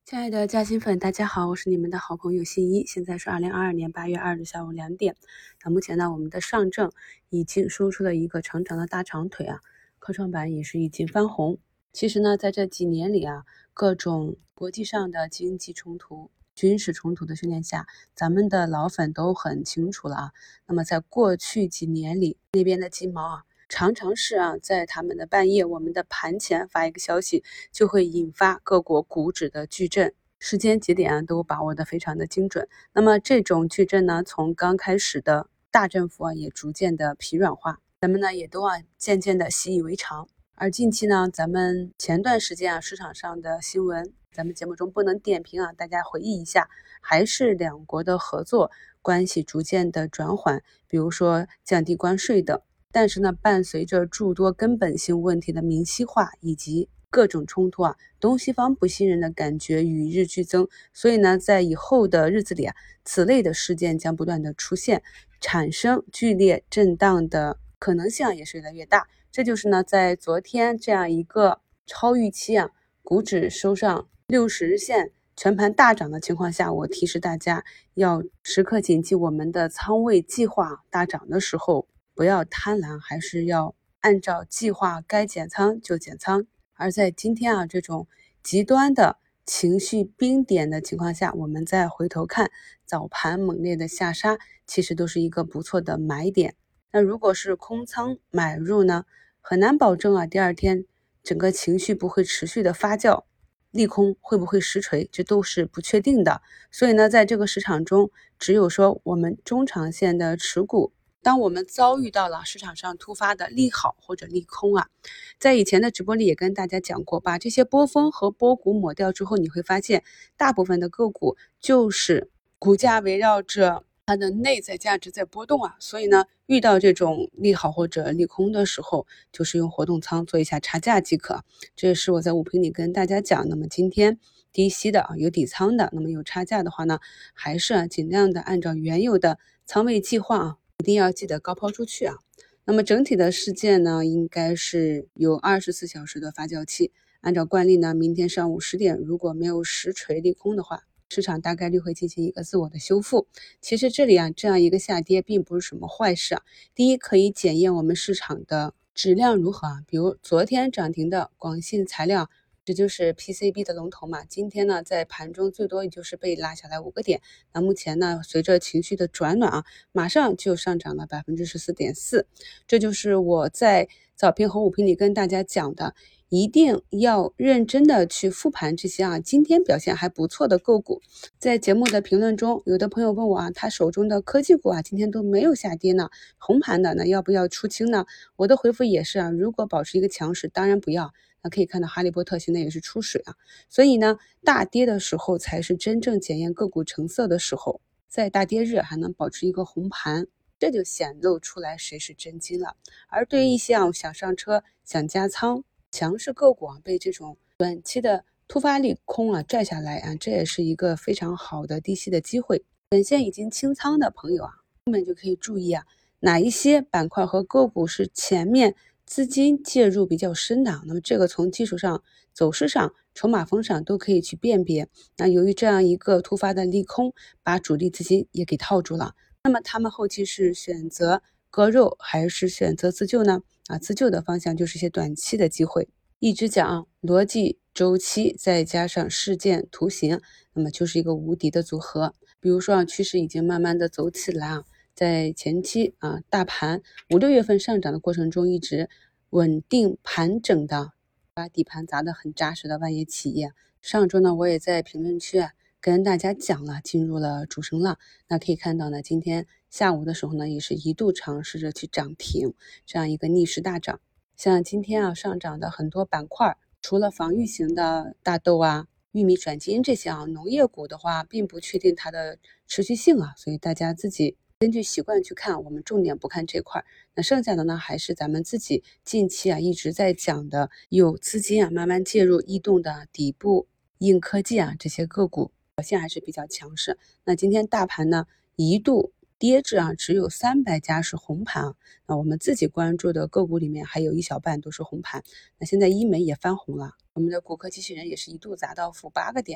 亲爱的嘉兴粉，大家好，我是你们的好朋友信一。现在是2022年8月2日下午2点。那目前呢，我们的上证已经收出了一个长长的大长腿啊，科创板也是已经翻红。其实呢，在这几年里啊，各种国际上的经济冲突、军事冲突的训练下，咱们的老粉都很清楚了啊。那么在过去几年里，那边的金毛啊，常常是在他们的半夜，我们的盘前发一个消息，就会引发各国股指的巨震，时间节点都把握得非常的精准。那么这种巨震呢，从刚开始的大振幅也逐渐的疲软化，咱们呢也都渐渐的习以为常。而近期呢，咱们前段时间市场上的新闻，咱们节目中不能点评大家回忆一下，还是两国的合作关系逐渐的转缓，比如说降低关税等。但是呢，伴随着诸多根本性问题的明晰化以及各种冲突东西方不信任的感觉与日俱增。所以呢，在以后的日子里此类的事件将不断的出现，产生剧烈震荡的可能性也是越来越大。这就是呢，在昨天这样一个超预期股指收上60日线全盘大涨的情况下，我提示大家要时刻谨记我们的仓位计划大涨的时候不要贪婪，还是要按照计划该减仓就减仓。而在今天这种极端的情绪冰点的情况下，我们再回头看早盘猛烈的下杀，其实都是一个不错的买点。那如果是空仓买入呢，很难保证第二天整个情绪不会持续的发酵，利空会不会实锤，这都是不确定的。所以呢，在这个市场中，只有说我们中长线的持股，当我们遭遇到了市场上突发的利好或者利空在以前的直播里也跟大家讲过，把这些波峰和波谷抹掉之后，你会发现大部分的个股就是股价围绕着它的内在价值在波动所以呢，遇到这种利好或者利空的时候，就是用活动仓做一下差价即可。这也是我在午评里跟大家讲。那么今天低吸的有底仓的，那么有差价的话呢，还是尽量的按照原有的仓位计划一定要记得高抛出去那么整体的事件呢，应该是有24小时的发酵期。按照惯例呢，明天上午10点如果没有实锤利空的话，市场大概率会进行一个自我的修复。其实这里这样一个下跌并不是什么坏事第一，可以检验我们市场的质量如何比如昨天涨停的广信材料，这就是 PCB 的龙头嘛，今天呢在盘中最多也就是被拉下来5个点。那目前呢，随着情绪的转暖马上就上涨了 14.4%。这就是我在早评和午评里跟大家讲的，一定要认真的去复盘这些今天表现还不错的个股。在节目的评论中，有的朋友问我他手中的科技股今天都没有下跌呢，红盘的要不要出清呢？我的回复也是如果保持一个强势，当然不要。那可以看到哈利波特现在也是出水所以呢，大跌的时候才是真正检验个股成色的时候。在大跌日还能保持一个红盘，这就显露出来谁是真金了。而对于一些想上车、想加仓、强势个股被这种短期的突发利空拽下来这也是一个非常好的低吸的机会。本线已经清仓的朋友后面就可以注意哪一些板块和个股是前面资金介入比较深的，那么这个从技术上、走势上、筹码峰上都可以去辨别。那由于这样一个突发的利空，把主力资金也给套住了，那么他们后期是选择割肉还是选择自救呢？自救的方向就是一些短期的机会。一直讲逻辑、周期再加上事件图形，那么就是一个无敌的组合。比如说趋势已经慢慢的走起来在前期大盘5、6月份上涨的过程中，一直稳定盘整的，把底盘砸得很扎实的万业企业。上周呢，我也在评论区跟大家讲了，进入了主升浪。那可以看到呢，今天下午的时候呢，也是一度尝试着去涨停，这样一个逆势大涨。像今天上涨的很多板块，除了防御型的大豆玉米转基因这些农业股的话，并不确定它的持续性所以大家自己根据习惯去看，我们重点不看这块。那剩下的呢，还是咱们自己近期一直在讲的，有资金慢慢介入异动的底部硬科技这些个股表现还是比较强势。那今天大盘呢一度跌至只有300家是红盘那我们自己关注的个股里面还有一小半都是红盘。那现在医美也翻红了，我们的骨科机器人也是一度砸到负8个点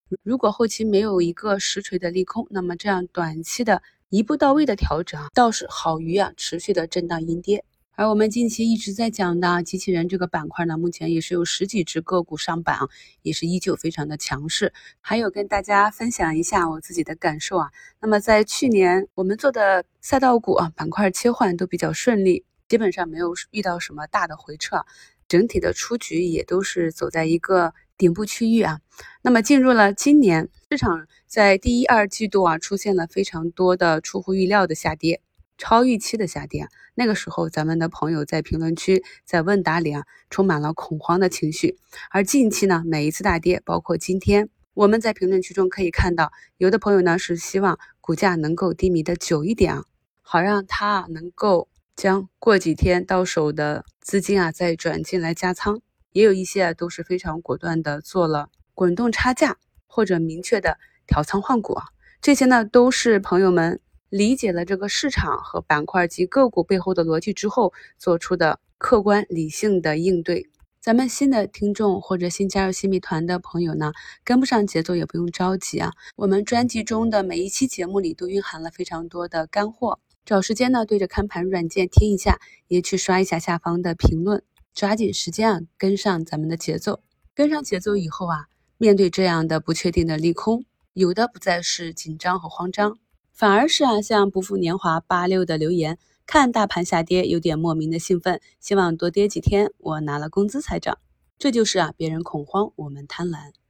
如果后期没有一个实锤的利空，那么这样短期的一步到位的调整倒是好于持续的震荡阴跌。而我们近期一直在讲的机器人这个板块呢，目前也是有10几只个股上板也是依旧非常的强势。还有跟大家分享一下我自己的感受那么在去年我们做的赛道股板块切换都比较顺利，基本上没有遇到什么大的回撤，整体的出局也都是走在一个顶部区域那么进入了今年，市场在第1、2季度出现了非常多的出乎意料的下跌，超预期的下跌。那个时候咱们的朋友在评论区在问答里充满了恐慌的情绪。而近期呢，每一次大跌，包括今天，我们在评论区中可以看到，有的朋友呢是希望股价能够低迷的久一点好让它能够将过几天到手的资金再转进来加仓。也有一些都是非常果断的做了滚动差价或者明确的调仓换股这些呢都是朋友们理解了这个市场和板块及个股背后的逻辑之后做出的客观理性的应对。咱们新的听众或者新加入新米团的朋友呢，跟不上节奏也不用着急我们专辑中的每一期节目里都蕴含了非常多的干货，找时间呢对着看盘软件听一下，也去刷一下下方的评论，抓紧时间跟上咱们的节奏。跟上节奏以后面对这样的不确定的利空，有的不再是紧张和慌张，反而是像不负年华86的留言，看大盘下跌有点莫名的兴奋，希望多跌几天，我拿了工资才涨。这就是别人恐慌，我们贪婪。